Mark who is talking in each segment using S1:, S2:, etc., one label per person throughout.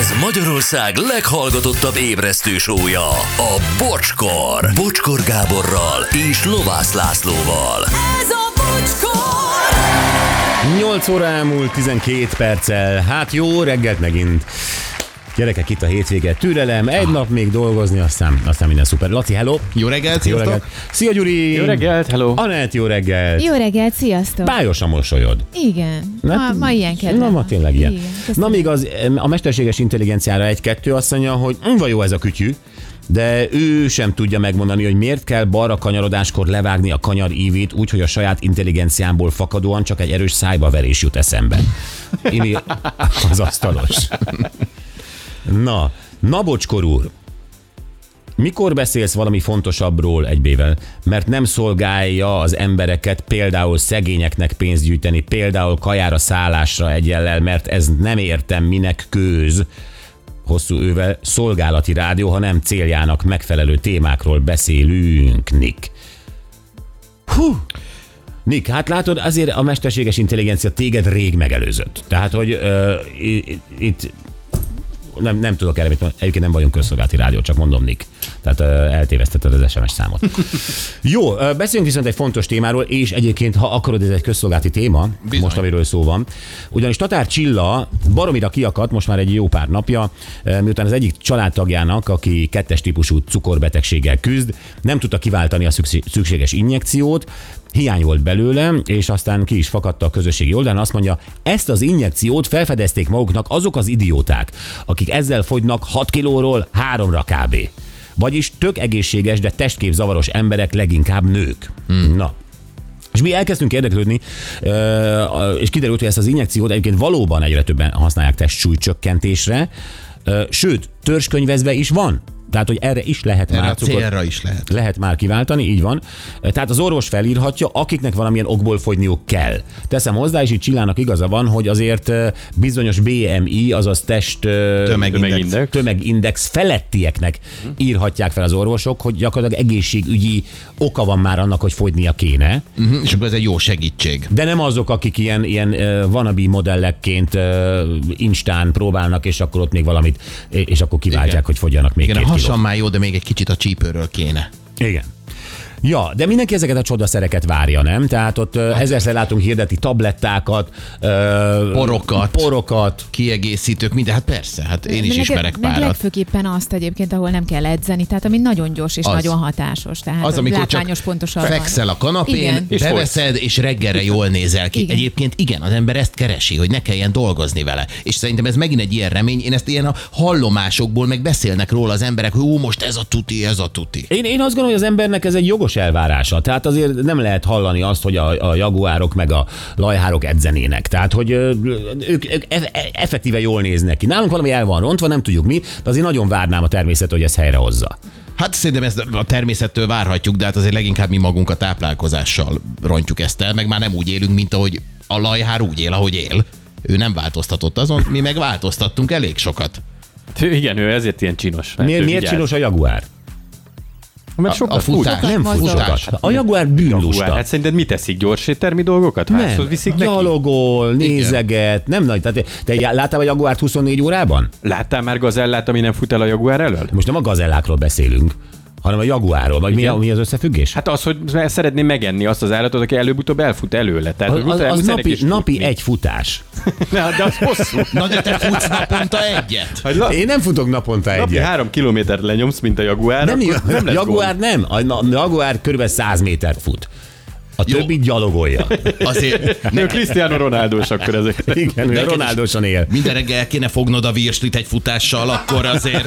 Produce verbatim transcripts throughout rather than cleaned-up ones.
S1: Ez Magyarország leghallgatottabb ébresztő show-ja, a Bocskor. Bocskor Gáborral és Lovász Lászlóval.
S2: Ez a Bocskor!
S3: nyolc óra elmúlt tizenkét perccel. Hát jó reggelt megint. Gyerekek, itt a hétvége. Türelem, egy nap még dolgozni, aztán, aztán minden szuper. Laci, hello!
S4: Jó reggelt,
S3: jó reggelt! Szia, Gyuri!
S5: Jó reggelt, hello!
S3: Anett, jó reggelt!
S6: Jó reggelt, sziasztok!
S3: Bájos a mosolyod.
S6: Igen, ma, ma ilyen kedvem.
S3: Na, ma tényleg ilyen.
S6: Igen,
S3: na, még az, a mesterséges intelligenciára egy-kettő azt mondja, hogy van jó ez a kütyű, de ő sem tudja megmondani, hogy miért kell balra kanyarodáskor levágni a kanyar ívét úgy, hogy a saját intelligenciámból fakadóan csak egy erős szájbaverés jut eszembe. Imi az asztalos. Na, na Bocskor úr, mikor beszélsz valami fontosabbról egy bével, mert nem szolgálja az embereket például szegényeknek pénzt gyűjteni, például kajára, szállásra egyellel, mert ez nem értem minek köz, hosszú ővel szolgálati rádió, ha nem céljának megfelelő témákról beszélünk, Nick. Hú. Nick, hát látod, azért a mesterséges intelligencia téged rég megelőzött. Tehát, hogy uh, itt nem, nem tudok erre mit mondani. Egyébként nem vagyunk közszolgálati rádió, csak mondom, Nick. Tehát uh, eltévesztetted az es em es számot. Jó, uh, beszéljünk viszont egy fontos témáról, és egyébként, ha akarod, ez egy közszolgálati téma, bizony. Most amiről szó van. Ugyanis Tatár Csilla baromira kiakadt most már egy jó pár napja, uh, miután az egyik családtagjának, aki kettes típusú cukorbetegséggel küzd, nem tudta kiváltani a szükséges injekciót, hiány volt belőle, és aztán ki is fakadta a közösségi oldalán, azt mondja, ezt az injekciót felfedezték maguknak azok az idióták, akik ezzel fogynak hat kilóról háromra kb. Vagyis tök egészséges, de testképzavaros emberek, leginkább nők. Hmm. Na. És mi elkezdtünk érdeklődni, és kiderült, hogy ezt az injekciót egyébként valóban egyre többen használják testsúlycsökkentésre, sőt, törzskönyvezve is van. Tehát, hogy erre is lehet
S4: erre
S3: már
S4: a célra is lehet.
S3: Lehet már kiváltani, így van. Tehát az orvos felírhatja, akiknek valamilyen okból fogyniuk kell. Teszem hozzá, és itt Csillának igaza van, hogy azért bizonyos bé em i, azaz test
S5: tömegindex,
S3: tömegindex felettieknek írhatják fel az orvosok, hogy gyakorlatilag egészségügyi oka van már annak, hogy fogynia kéne.
S4: Uh-huh, és akkor ez egy jó segítség.
S3: De nem azok, akik ilyen, ilyen uh, wannabe modellekként uh, instán próbálnak, és akkor ott még valamit, és akkor kiváltják, igen, hogy fogyjanak még.
S4: Igen, hasan már jó, de még egy kicsit a csípőről kéne.
S3: Igen. Ja, de mindenki ezeket a csodaszereket várja, nem? Tehát ott hát, ezerszer látunk hirdeti tablettákat,
S4: porokat,
S3: porokat,
S4: kiegészítők, minden. Hát persze, hát én is
S6: meg,
S4: ismerek
S6: meg
S4: párat.
S6: legfőképpen azt egyébként, ahol nem kell edzeni, tehát ami nagyon gyors és az, nagyon hatásos. Tehát
S4: az, amikor
S6: látványos, pontosan
S4: fekszel a kanapén, igen, beveszed, és reggelre jól nézel ki. Igen. Egyébként igen, az ember ezt keresi, hogy ne kelljen dolgozni vele. És szerintem ez megint egy ilyen remény. Én ezt ilyen a hallomásokból meg beszélnek róla az emberek, hogy ó, most ez a tuti, ez a tuti.
S3: Én, én azt gondolom, hogy az embernek ez egy jogos elvárása. Tehát azért nem lehet hallani azt, hogy a, a jaguárok meg a lajhárok edzenének. Tehát, hogy ők, ők effektíve jól néznek ki. Nálunk valami el van rontva, nem tudjuk mi, de azért nagyon várnám a természet, hogy ezt helyrehozza.
S4: Hát szerintem ezt a természettől várhatjuk, de hát azért leginkább mi magunk a táplálkozással rontjuk ezt el, meg már nem úgy élünk, mint ahogy a lajhár úgy él, ahogy él. Ő nem változtatott azon, mi meg változtattunk elég sokat.
S5: Igen, ő ezért ilyen csinos.
S3: Miért, miért csinos a jaguár?
S5: Mert sokat
S4: a futás.
S3: Nem futás. A jaguár bűnlusta.
S5: Hát szerinted mit teszik? Gyors éttermi dolgokat?
S3: Nem. Viszik neki? Gyalogol, nézeget. Nem nagy. Tehát te láttál a jaguárt huszonnégy órában?
S5: Láttál már gazellát, ami nem fut el a jaguár elől?
S3: Most nem a gazellákról beszélünk, hanem a jaguárról. Vagy mi, a, mi az összefüggés?
S5: Hát az, hogy szeretném megenni azt az állatot, aki előbb-utóbb elfut előle. Tehát,
S3: az az, az napi, napi egy futás.
S5: Na, de az hosszú.
S4: Na, de te futsz naponta egyet.
S3: La... Én nem futok naponta egyet.
S5: Napi három kilométert lenyomsz, mint a jaguár.
S3: Nem, nem jaguár gond. Nem. A jaguár kb. száz métert fut. A jó. Többi gyalogolja.
S4: Azért...
S5: Ne, Cristiano Ronaldos akkor ezek.
S3: Igen, ő Ronaldosan él.
S4: Minden reggel kéne fognod a virslit egy futással, akkor azért...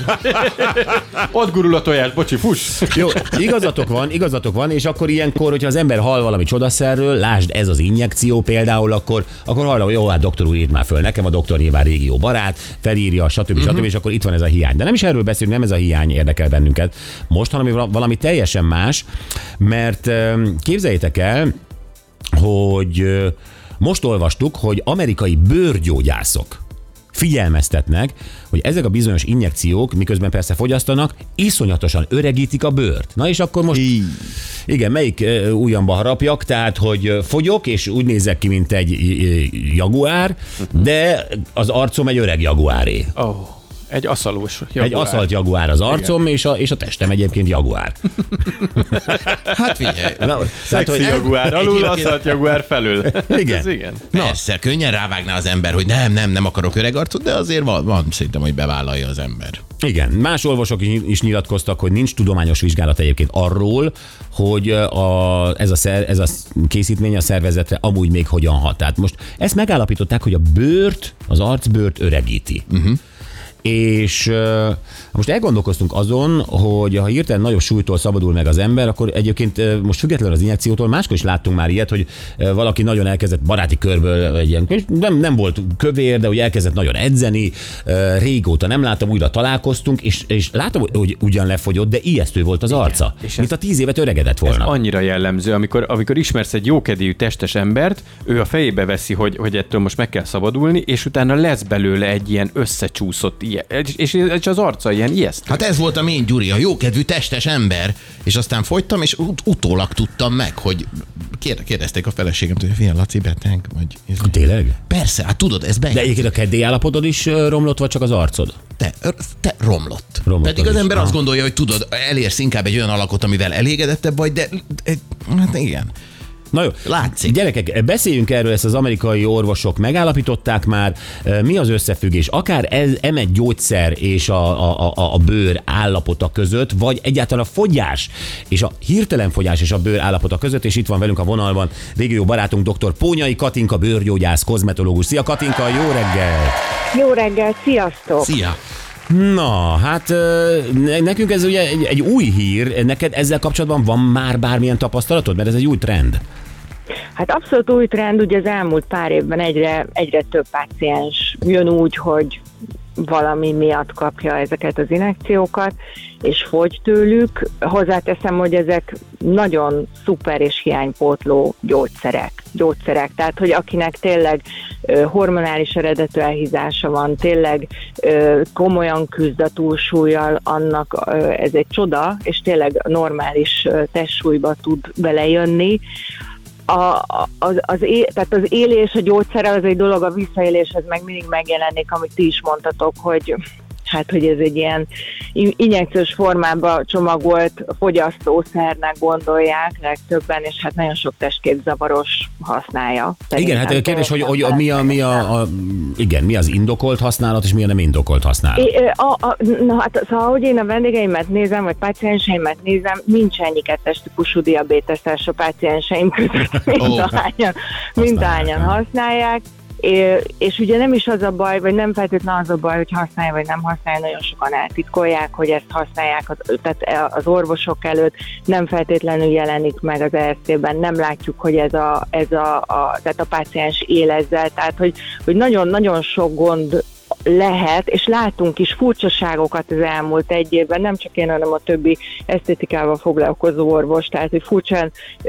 S5: Ott gurul a tojás, bocsi, fuss!
S3: Jó, igazatok van, igazatok van, és akkor ilyenkor, hogyha az ember hall valami csodaszerről, lásd, ez az injekció például, akkor, akkor hallom, hogy jó, hát doktor úr írt már föl nekem, a doktor nyilván régi jó barát, felírja, stb. stb. Uh-huh. És akkor itt van ez a hiány. De nem is erről beszélünk, nem ez a hiány érdekel bennünket most, hanem valami teljesen más, mert képzeljétek el, hogy most olvastuk, hogy amerikai bőrgyógyászok figyelmeztetnek, hogy ezek a bizonyos injekciók, miközben persze fogyasztanak, iszonyatosan öregítik a bőrt. Na és akkor most, Hí. igen, melyik ujjamba harapjak, tehát, hogy fogyok, és úgy nézek ki, mint egy jaguár, de az arcom egy öreg jaguáré.
S5: Oh. Egy aszalós jaguár.
S3: Egy aszalt jaguár az arcom, és a, és a testem egyébként jaguár.
S4: Hát figyelj. Na,
S5: szexi jaguár alul, aszalt jaguár felül.
S3: Igen.
S5: Ez igen.
S4: Persze, könnyen rávágná az ember, hogy nem, nem, nem akarok öreg arcot, de azért van, van szerintem, hogy bevállalja az ember.
S3: Igen, más orvosok is nyilatkoztak, hogy nincs tudományos vizsgálat egyébként arról, hogy a, ez, a szer, ez a készítmény a szervezetre amúgy még hogyan hat. Tehát most ezt megállapították, hogy a bőrt, az arcbőrt öregíti. Uh-huh. És uh, most elgondolkoztunk azon, hogy ha hirtelen nagyobb súlytól szabadul meg az ember, akkor egyébként uh, most függetlenül az injekciótól máskor is láttunk már ilyet, hogy uh, valaki nagyon elkezdett baráti körből egy ilyen, nem, nem volt kövér, de hogy elkezdett nagyon edzeni, uh, régóta nem láttam, újra találkoztunk, és, és látom, hogy ugyan lefogyott, de ijesztő volt az arca, és mint a tíz évet öregedett volna.
S5: Ez annyira jellemző, amikor, amikor ismersz egy jókedélyű testes embert, ő a fejébe veszi, hogy, hogy ettől most meg kell szabadulni, és utána lesz belőle egy ilyen összecsúszott ilyen, és, és az arca ilyen ijesztő.
S4: Hát ez volt a Mény Gyuri, a jókedvű testes ember, és aztán fogytam, és ut- utólag tudtam meg, hogy kérdezték a feleségem, hogy figyelj, Laci beteg, vagy...
S3: Tényleg?
S4: Persze, hát tudod, ez bejön.
S3: De egyébként a kedély állapotod is romlott, vagy csak az arcod?
S4: Te, te romlott.
S3: romlott.
S4: Pedig az
S3: is.
S4: ember
S3: ah.
S4: azt gondolja, hogy tudod, elérsz inkább egy olyan alakot, amivel elégedettebb vagy, de hát igen.
S3: Na jó,
S4: látszik.
S3: Gyerekek, beszéljünk erről, ezt az amerikai orvosok megállapították már. Mi az összefüggés? Akár ez, emet gyógyszer és a, a, a, a bőr állapota között, vagy egyáltalán a fogyás és a hirtelen fogyás és a bőr állapota között, és itt van velünk a vonalban régi jó barátunk, dr. Pónyai Katinka, bőrgyógyász, kozmetológus. Szia Katinka, jó reggel!
S7: Jó reggel, sziasztok!
S4: Szia!
S3: Na, hát nekünk ez ugye egy, egy új hír, neked ezzel kapcsolatban van már bármilyen tapasztalatod, mert ez egy új trend.
S7: Hát abszolút új trend, ugye az elmúlt pár évben egyre, egyre több páciens jön úgy, hogy valami miatt kapja ezeket az injekciókat, és fogy tőlük. Hozzáteszem, hogy ezek nagyon szuper és hiánypótló gyógyszerek. gyógyszerek. Tehát, hogy akinek tényleg ö, hormonális eredetű elhízása van, tényleg ö, komolyan küzd a túlsúllyal, annak ö, ez egy csoda, és tényleg normális ö, testsúlyba tud belejönni. A, az, az, é, tehát az élés a gyógyszerrel az egy dolog, a visszaélés ez meg mindig megjelenik, amit ti is mondtatok, hogy hát, hogy ez egy ilyen injekciós formában csomagolt fogyasztószernek gondolják legtöbben, és hát nagyon sok testképzavaros használja.
S3: Igen, hát a kérdés, hogy, hogy mi, a, mi, a, a, igen, mi az indokolt használat, és mi a nem indokolt használat?
S7: É, a, a, na hát, szóval, hogy én a vendégeimet nézem, vagy pácienseimet nézem, nincs ennyi kettes típusú diabéteses a pácienseim között, mint oh. ahányan, mint ahányan használják. É, és ugye nem is az a baj, vagy nem feltétlenül az a baj, hogy használja, vagy nem használja, nagyon sokan eltitkolják, hogy ezt használják, az, tehát az orvosok előtt nem feltétlenül jelenik meg az er té-ben, nem látjuk, hogy ez a, ez a, a, tehát a páciens él ezzel, tehát hogy, hogy nagyon-nagyon sok gond lehet, és látunk is furcsaságokat az elmúlt egy évben, nem csak én, hanem a többi esztétikával foglalkozó orvos, tehát hogy furcsán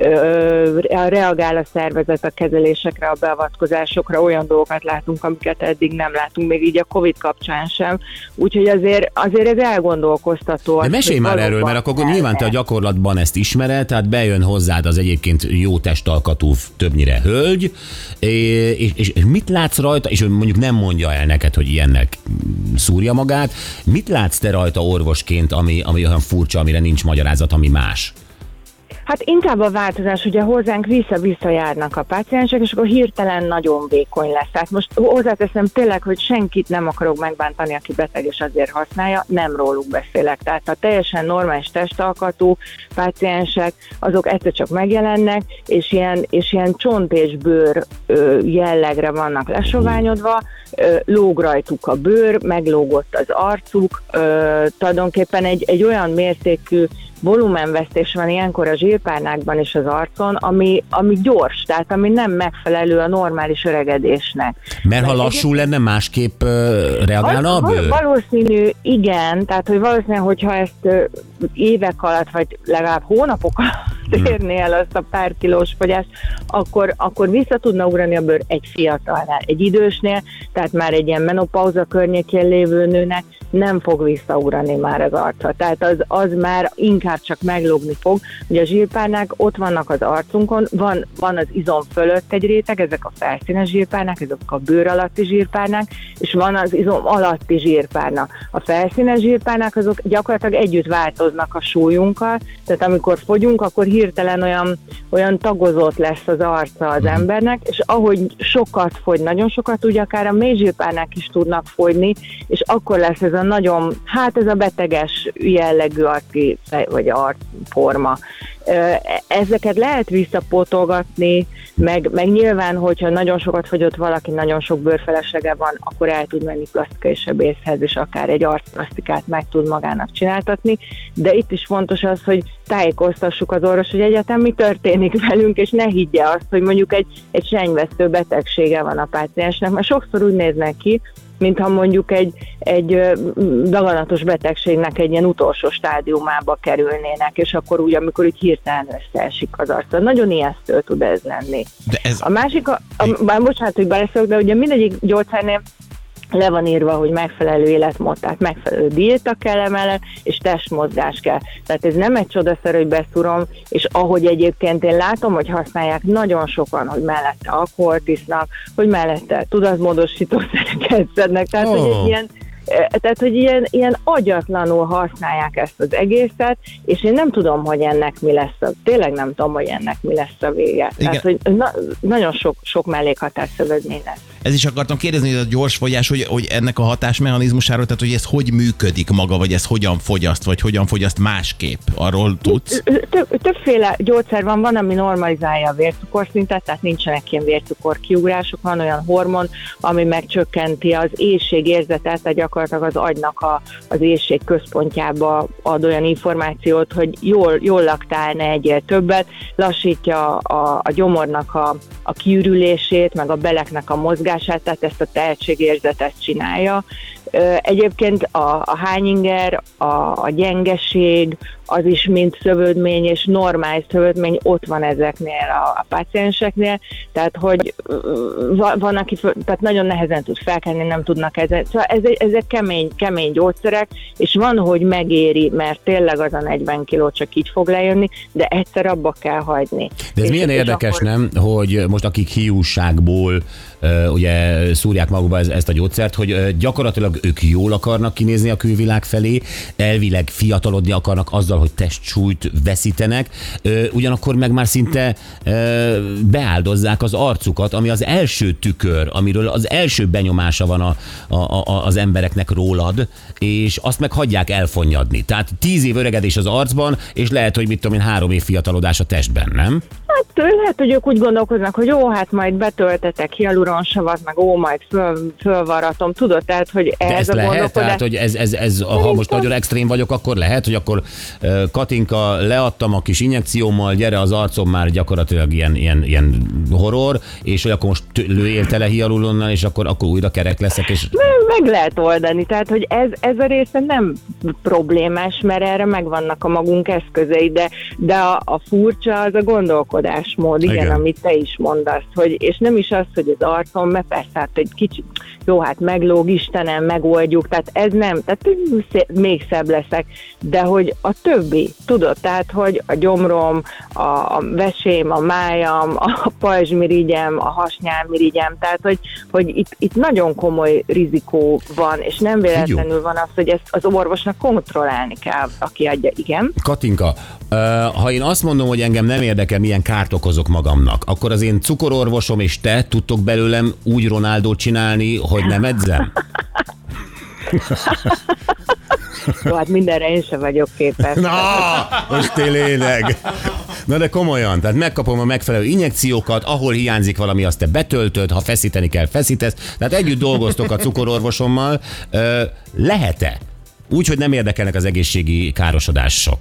S7: ö, reagál a szervezet a kezelésekre, a beavatkozásokra, olyan dolgokat látunk, amiket eddig nem látunk, még így a Covid kapcsán sem, úgyhogy azért, azért ez elgondolkoztató.
S3: De mesélj már erről, mert akkor el nyilván te a gyakorlatban ezt ismered, tehát bejön hozzád az egyébként jó testalkatú, többnyire hölgy, és, és, és mit látsz rajta, és mondjuk nem mondja el neked, hogy ilyennek szúrja magát. Mit látsz te rajta orvosként, ami, ami olyan furcsa, amire nincs magyarázat, ami más?
S7: Hát inkább a változás, ugye hozzánk vissza-vissza járnak a páciensek, és akkor hirtelen nagyon vékony lesz. Tehát most hozzáteszem tényleg, hogy senkit nem akarok megbántani, aki beteg és azért használja, nem róluk beszélek. Tehát a teljesen normális testalkatú páciensek, azok egyszer csak megjelennek, és ilyen, és ilyen csont és bőr jellegre vannak lesoványodva, lóg rajtuk a bőr, meglógott az arcuk, tulajdonképpen egy, egy olyan mértékű volumenvesztés van ilyenkor a zsírpárnákban és az arcon, ami, ami gyors, tehát ami nem megfelelő a normális öregedésnek.
S3: Mert ha lassú egy... lenne, másképp uh, reagálna a bőr?
S7: Valószínű, igen, tehát hogy valószínűleg, hogyha ezt uh, évek alatt, vagy legalább hónapok alatt érni el azt a pár kilós fogyást, akkor, akkor vissza tudna ugrani a bőr egy fiatalnál, egy idősnél, tehát már egy ilyen menopauza környékén lévő nőnek nem fog visszaugrani már az arca. Tehát az, az már inkább csak meglógni fog. Ugye a zsírpárnák ott vannak az arcunkon, van, van az izom fölött egy réteg, ezek a felszínes zsírpárnák, ezek a bőr alatti zsírpárnák, és van az izom alatti zsírpárna. A felszínes zsírpárnák azok gyakorlatilag együtt változnak a súlyunkkal, tehát amikor fogyunk, akkor hirtelen olyan, olyan tagozott lesz az arca az embernek, és ahogy sokat fogy, nagyon sokat, ugye akár a mély zsírpárnák is tudnak fogyni, és akkor lesz ez a nagyon, hát ez a beteges jellegű arci, vagy arcforma. Ezeket lehet visszapótolgatni, meg, meg nyilván, hogyha nagyon sokat fogyott valaki, nagyon sok bőrfelesege van, akkor el tud menni plastikai sebészhez, és akár egy arcplasztikát meg tud magának csináltatni, de itt is fontos az, hogy tájékoztassuk az orvos, hogy egyáltalán mi történik velünk, és ne higgye azt, hogy mondjuk egy, egy senyvesztő betegsége van a páciensnek, mert sokszor úgy néznek ki, mintha mondjuk egy, egy daganatos betegségnek egy ilyen utolsó stádiumába kerülnének, és akkor úgy, amikor úgy hirtelen összeesik az arca. Nagyon ijesztő tud ez lenni.
S4: De ez...
S7: A másik, a, a, bár bocsánat, hogy beleszólok, de ugye mindegyik gyógyszernél le van írva, hogy megfelelő életmód, tehát megfelelő diéta kell emellett, és testmozgás kell. Tehát ez nem egy csodaszer, hogy beszúrom, és ahogy egyébként én látom, hogy használják nagyon sokan, hogy mellette alkoholt isznak, hogy mellette tudatmódosítószereket szednek, tehát oh. hogy egy ilyen Tehát, hogy ilyen, ilyen agyatlanul használják ezt az egészet, és én nem tudom, hogy ennek mi lesz a, tényleg nem tudom, hogy ennek mi lesz a vége. Igen. Tehát, hogy na, nagyon sok, sok mellékhatásszövődmény lesz.
S4: Ez is akartam kérdezni, hogy a gyors fogyás, hogy, hogy ennek a hatásmechanizmusáról, tehát hogy ez hogy működik maga, vagy ez hogyan fogyaszt, vagy hogyan fogyaszt másképp? Arról tudsz?
S7: Több, többféle gyógyszer van, van, ami normalizálja a vércukorszintet, tehát nincsenek ilyen vércukorkiugrások, van olyan hormon, ami megcsökkenti az éhségérzetet, tehát gyakorlatilag az agynak a, az éhség központjába ad olyan információt, hogy jól, jól laktál, ne egyél többet, lassítja a, a gyomornak a, a kiürülését, meg a beleknek a mozgását, tehát ezt a tehetségérzetet csinálja. Egyébként a, a hányinger, a, a gyengeség, az is mind szövődmény, és normális szövődmény ott van ezeknél a, a pácienseknél, tehát hogy van, van aki, tehát nagyon nehezen tud felkelni, nem tudnak ezen. Szóval ez, ezek kemény, kemény gyógyszerek, és van, hogy megéri, mert tényleg az a negyven kiló csak így fog lejönni, de egyszer abba kell hagyni.
S3: De ez és, milyen és érdekes, akkor... nem, hogy most akik hiúságból uh, ugye szúrják magukba ez, ezt a gyógyszert, hogy uh, gyakorlatilag ők jól akarnak kinézni a külvilág felé, elvileg fiatalodni akarnak azzal, hogy testsúlyt veszítenek, ugyanakkor meg már szinte beáldozzák az arcukat, ami az első tükör, amiről az első benyomása van a, a, a, az embereknek rólad, és azt meg hagyják elfonnyadni. Tehát tíz év öregedés az arcban, és lehet, hogy mit tudom én, három év fiatalodás a testben, nem?
S7: Hát lehet, hogy ők úgy gondolkoznak, hogy ó, hát majd betöltetek hialuronsavat, meg ó, majd föl, fölvaratom, tudod, tehát, hogy ez
S3: De ezt
S7: a
S3: lehet,
S7: gondolkodás...
S3: tehát, hogy ez, ez, ez ha most nagyon extrém vagyok, akkor lehet, hogy akkor Katinka, leadtam a kis injekciómmal, gyere, az arcom már gyakorlatilag ilyen, ilyen, ilyen horror, és hogy akkor most lőjél tele hialuronnal, és akkor, akkor újra kerek leszek, és...
S7: Meg lehet oldani, tehát, hogy ez, ez a része nem problémás, mert erre megvannak a magunk eszközei, de, de a, a furcsa az a gondolkodásmód, igen, igen, amit te is mondasz, hogy, és nem is az, hogy az arcom, mert persze, hát egy kicsit, jó, hát meglóg, Istenem, megoldjuk, tehát ez nem, tehát még szebb leszek, de hogy a többi, tudod, tehát, hogy a gyomrom, a vesém, a májam, a pajzsmirigyem, a hasnyálmirigyem, tehát, hogy, hogy itt, itt nagyon komoly rizikó van, és nem véletlenül van az, hogy ezt az orvosnak kontrollálni kell, aki adja, igen.
S3: Katinka, ha én azt mondom, hogy engem nem érdekel, milyen kárt okozok magamnak, akkor az én cukororvosom és te tudtok belőlem úgy Ronaldót csinálni, hogy nem edzem?
S7: Jó, hát mindenre én sem vagyok képes.
S3: Na, most tényleg. Na de komolyan, tehát megkapom a megfelelő injekciókat, ahol hiányzik valami, azt te betöltöd, ha feszíteni kell, feszítesz. Tehát együtt dolgoztok a cukororvosommal. Lehet-e? Úgy, hogy nem érdekelnek az egészségi károsodások.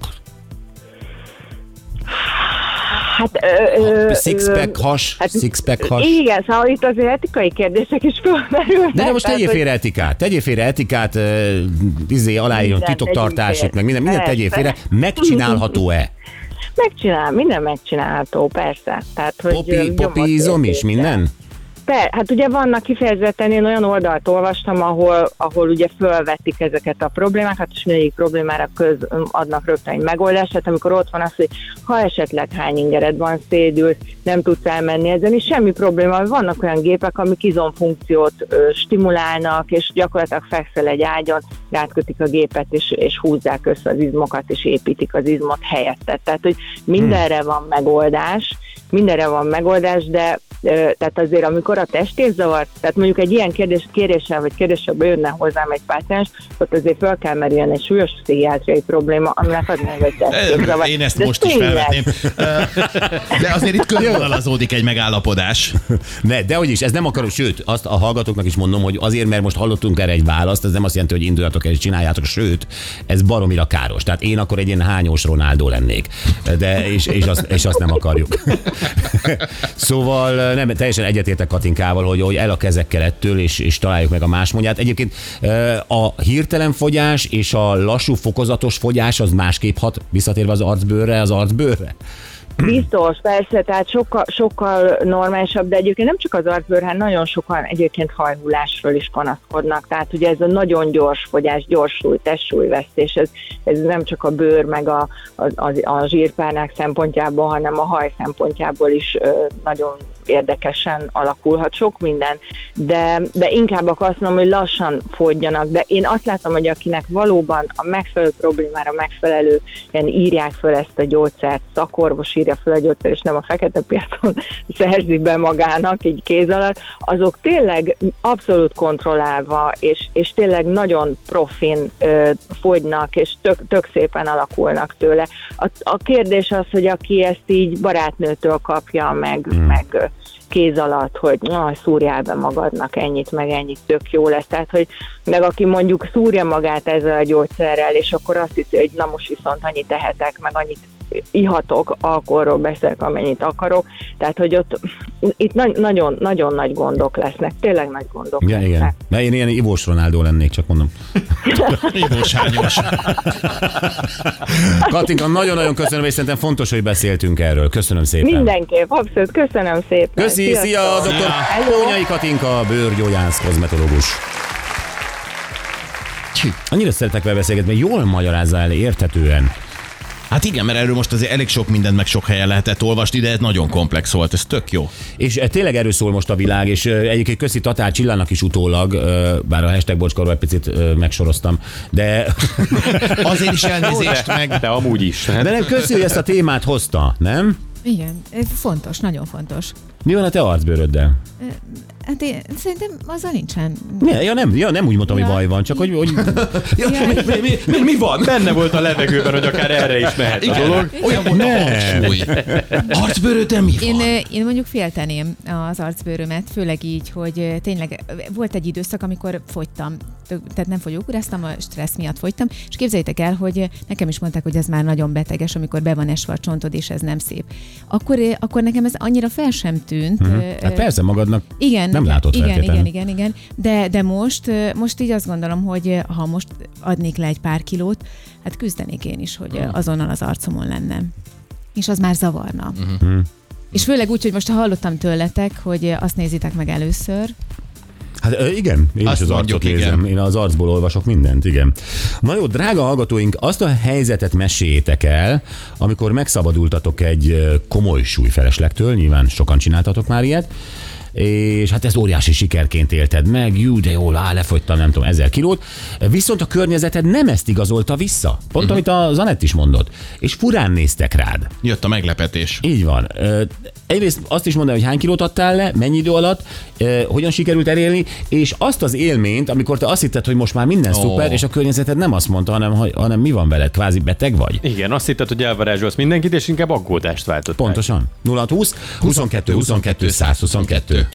S7: Hát,
S3: sixpack has, hát, sixpack has.
S7: Igen, szóval itt azért etikai kérdések is fölmerülnek.
S3: De, de most tegyél félre etikát, tegyél félre etikát, izé, aláírjon titoktartásig, meg minden, minden tegyél félre. Megcsinálható-e?
S7: Megcsinál, minden megcsinálható, persze. Tehát, hogy
S3: Popi, popizom is, minden?
S7: Per, hát ugye vannak kifejezetten, én olyan oldalt olvastam, ahol, ahol ugye fölvetik ezeket a problémákat, és mindegyik problémára köz, adnak rögtön egy megoldást, tehát amikor ott van az, hogy ha esetleg hány ingered van, szédült, nem tudsz elmenni ezen, és semmi probléma, vannak olyan gépek, amik izomfunkciót ö, stimulálnak, és gyakorlatilag fekszel egy ágyon, rátkötik a gépet, és, és húzzák össze az izmokat, és építik az izmot helyette. Tehát, hogy mindenre van megoldás, mindenre van megoldás, de tehát azért, amikor a testészzavar, tehát mondjuk egy ilyen kérdés, kéréssel vagy kérdéssel bejönne hozzám egy páciens, ott azért fel kell merülni egy súlyos pszichiátriai probléma, aminek az nem egy testészzavar.
S4: Én ezt de most tényleg. Is felvetném. De azért itt körvonalazódik egy megállapodás.
S3: Ne, de hogy is, ez nem akarom, sőt, azt a hallgatóknak is mondom, hogy azért, mert most hallottunk erre egy választ, ez nem azt jelenti, hogy induljatok el és csináljátok, sőt, ez baromira káros. Tehát én akkor egy ilyen hányós Ronaldo lennék, de és, és, azt, és azt nem akarjuk. Szóval nem, teljesen egyetértek Katinkával, hogy, hogy el a kezekkel ettől, és, és találjuk meg a más módját. Egyébként a hirtelen fogyás és a lassú, fokozatos fogyás az másképp hat, visszatérve az arcbőrre, az arcbőrre?
S7: Biztos, persze, tehát sokkal, sokkal normálisabb, de egyébként nem csak az arcbőr, hanem nagyon sokan egyébként hajhullásról is panaszkodnak. Tehát ugye ez a nagyon gyors fogyás, gyors súly, testsúlyvesztés, ez, ez nem csak a bőr meg a, a, a zsírpárnák szempontjából, hanem a haj szempontjából is ö, nagyon érdekesen alakulhat sok minden, de, de inkább azt mondom, hogy lassan fogyjanak, de én azt látom, hogy akinek valóban a megfelelő problémára megfelelően írják föl ezt a gyógyszert, szakorvos írja föl a gyógyszer, és nem a fekete piacon szerzik be magának így kéz alatt, azok tényleg abszolút kontrollálva, és, és tényleg nagyon profin ö, fogynak, és tök, tök szépen alakulnak tőle. A, a kérdés az, hogy aki ezt így barátnőtől kapja, meg, mm. meg kéz alatt, hogy na, szúrjál be magadnak ennyit, meg ennyit, tök jó lesz. Tehát, hogy meg aki mondjuk szúrja magát ezzel a gyógyszerrel, és akkor azt hiszi, hogy na most viszont annyit tehetek, meg annyit ihatok, alkoholról beszélek, amennyit akarok. Tehát, hogy ott itt na- nagyon, nagyon nagy gondok lesznek, tényleg nagy gondok
S3: ja,
S7: lesznek.
S3: Igen. De én ilyen Ivós Ronaldo lennék, csak mondom.
S4: Ivós hányos.
S3: Katinka, nagyon-nagyon köszönöm, és szerintem fontos, hogy beszéltünk erről. Köszönöm szépen.
S7: Mindenképp, abszolút, köszönöm szépen.
S3: Köszi, Sziasztok. Szia, doktor Kónyai Katinka, bőrgyógyász, kozmetológus. Annyira szeretek vele beszélgetni, mert jól magyarázza el, érthetően.
S4: Hát igen, mert erről most azért elég sok mindent meg sok helyen lehetett olvasni, de ez nagyon komplex volt, ez tök jó.
S3: És tényleg erről szól most a világ, és egyébként köszi Tatár Csillának is utólag, bár a hashtag bocskorról egy picit megsoroztam, de...
S4: Azért is elnézést meg.
S5: De amúgy is.
S3: De nem, köszi, hogy ezt a témát hozta, nem?
S6: Igen, ez fontos, nagyon fontos.
S3: Mi van a te arcbőröddel?
S6: Hát én szerintem azzal nincsen.
S3: Ja, ja, nem, ja, nem úgy mondtam, ja. hogy baj van, csak hogy... hogy...
S4: ja, ja. Mi, mi, mi, mi van?
S5: Benne volt a levegőben, hogy akár erre is mehet igen. a dolog.
S4: Olyan volt a hangsúly. Arcbőröddel mi van?
S6: Én, én mondjuk félteném az arcbőrömet, főleg így, hogy tényleg volt egy időszak, amikor fogytam. Tehát nem fogyókuráztam, a stressz miatt fogytam, és képzeljétek el, hogy nekem is mondták, hogy ez már nagyon beteges, amikor be van esve a csontod, és ez nem szép. Akkor, akkor nekem ez annyira fel sem tűnt.
S3: Mm-hmm. Hát persze magadnak
S6: igen,
S3: nem látod
S6: igen,
S3: feltétlenül.
S6: igen, igen, igen, de, de most, most így azt gondolom, hogy ha most adnék le egy pár kilót, hát küzdenék én is, hogy azonnal az arcomon lenne. És az már zavarna. Mm-hmm. És főleg úgy, hogy most hallottam tőletek, hogy azt nézitek meg először.
S3: Hát igen, én azt is az arcot nézem. Igen. Én az arcból olvasok mindent, igen. Na jó, drága hallgatóink, azt a helyzetet meséljétek el, amikor megszabadultatok egy komoly súlyfeleslegtől, nyilván sokan csináltatok már ilyet, és hát ezt óriási sikerként élted meg, jú, de jól, á, lefogytam, nem tudom, ezer kilót, viszont a környezeted nem ezt igazolta vissza. Pont, uh-huh. amit a Zanett is mondott. És furán néztek rád.
S4: Jött a meglepetés.
S3: Így van. Egyrészt azt is mondani, hogy hány kilót adtál le, mennyi idő alatt, hogyan sikerült elérni, és azt az élményt, amikor te azt hitted, hogy most már minden oh. szuper, és a környezeted nem azt mondta, hanem, hanem mi van veled, kvázi beteg vagy.
S5: Igen, azt hitted, hogy elvarázsolsz mindenkit, és inkább aggódást váltott.
S3: Pontosan. nulla húsz huszonkettő huszonkettő száz huszonkettő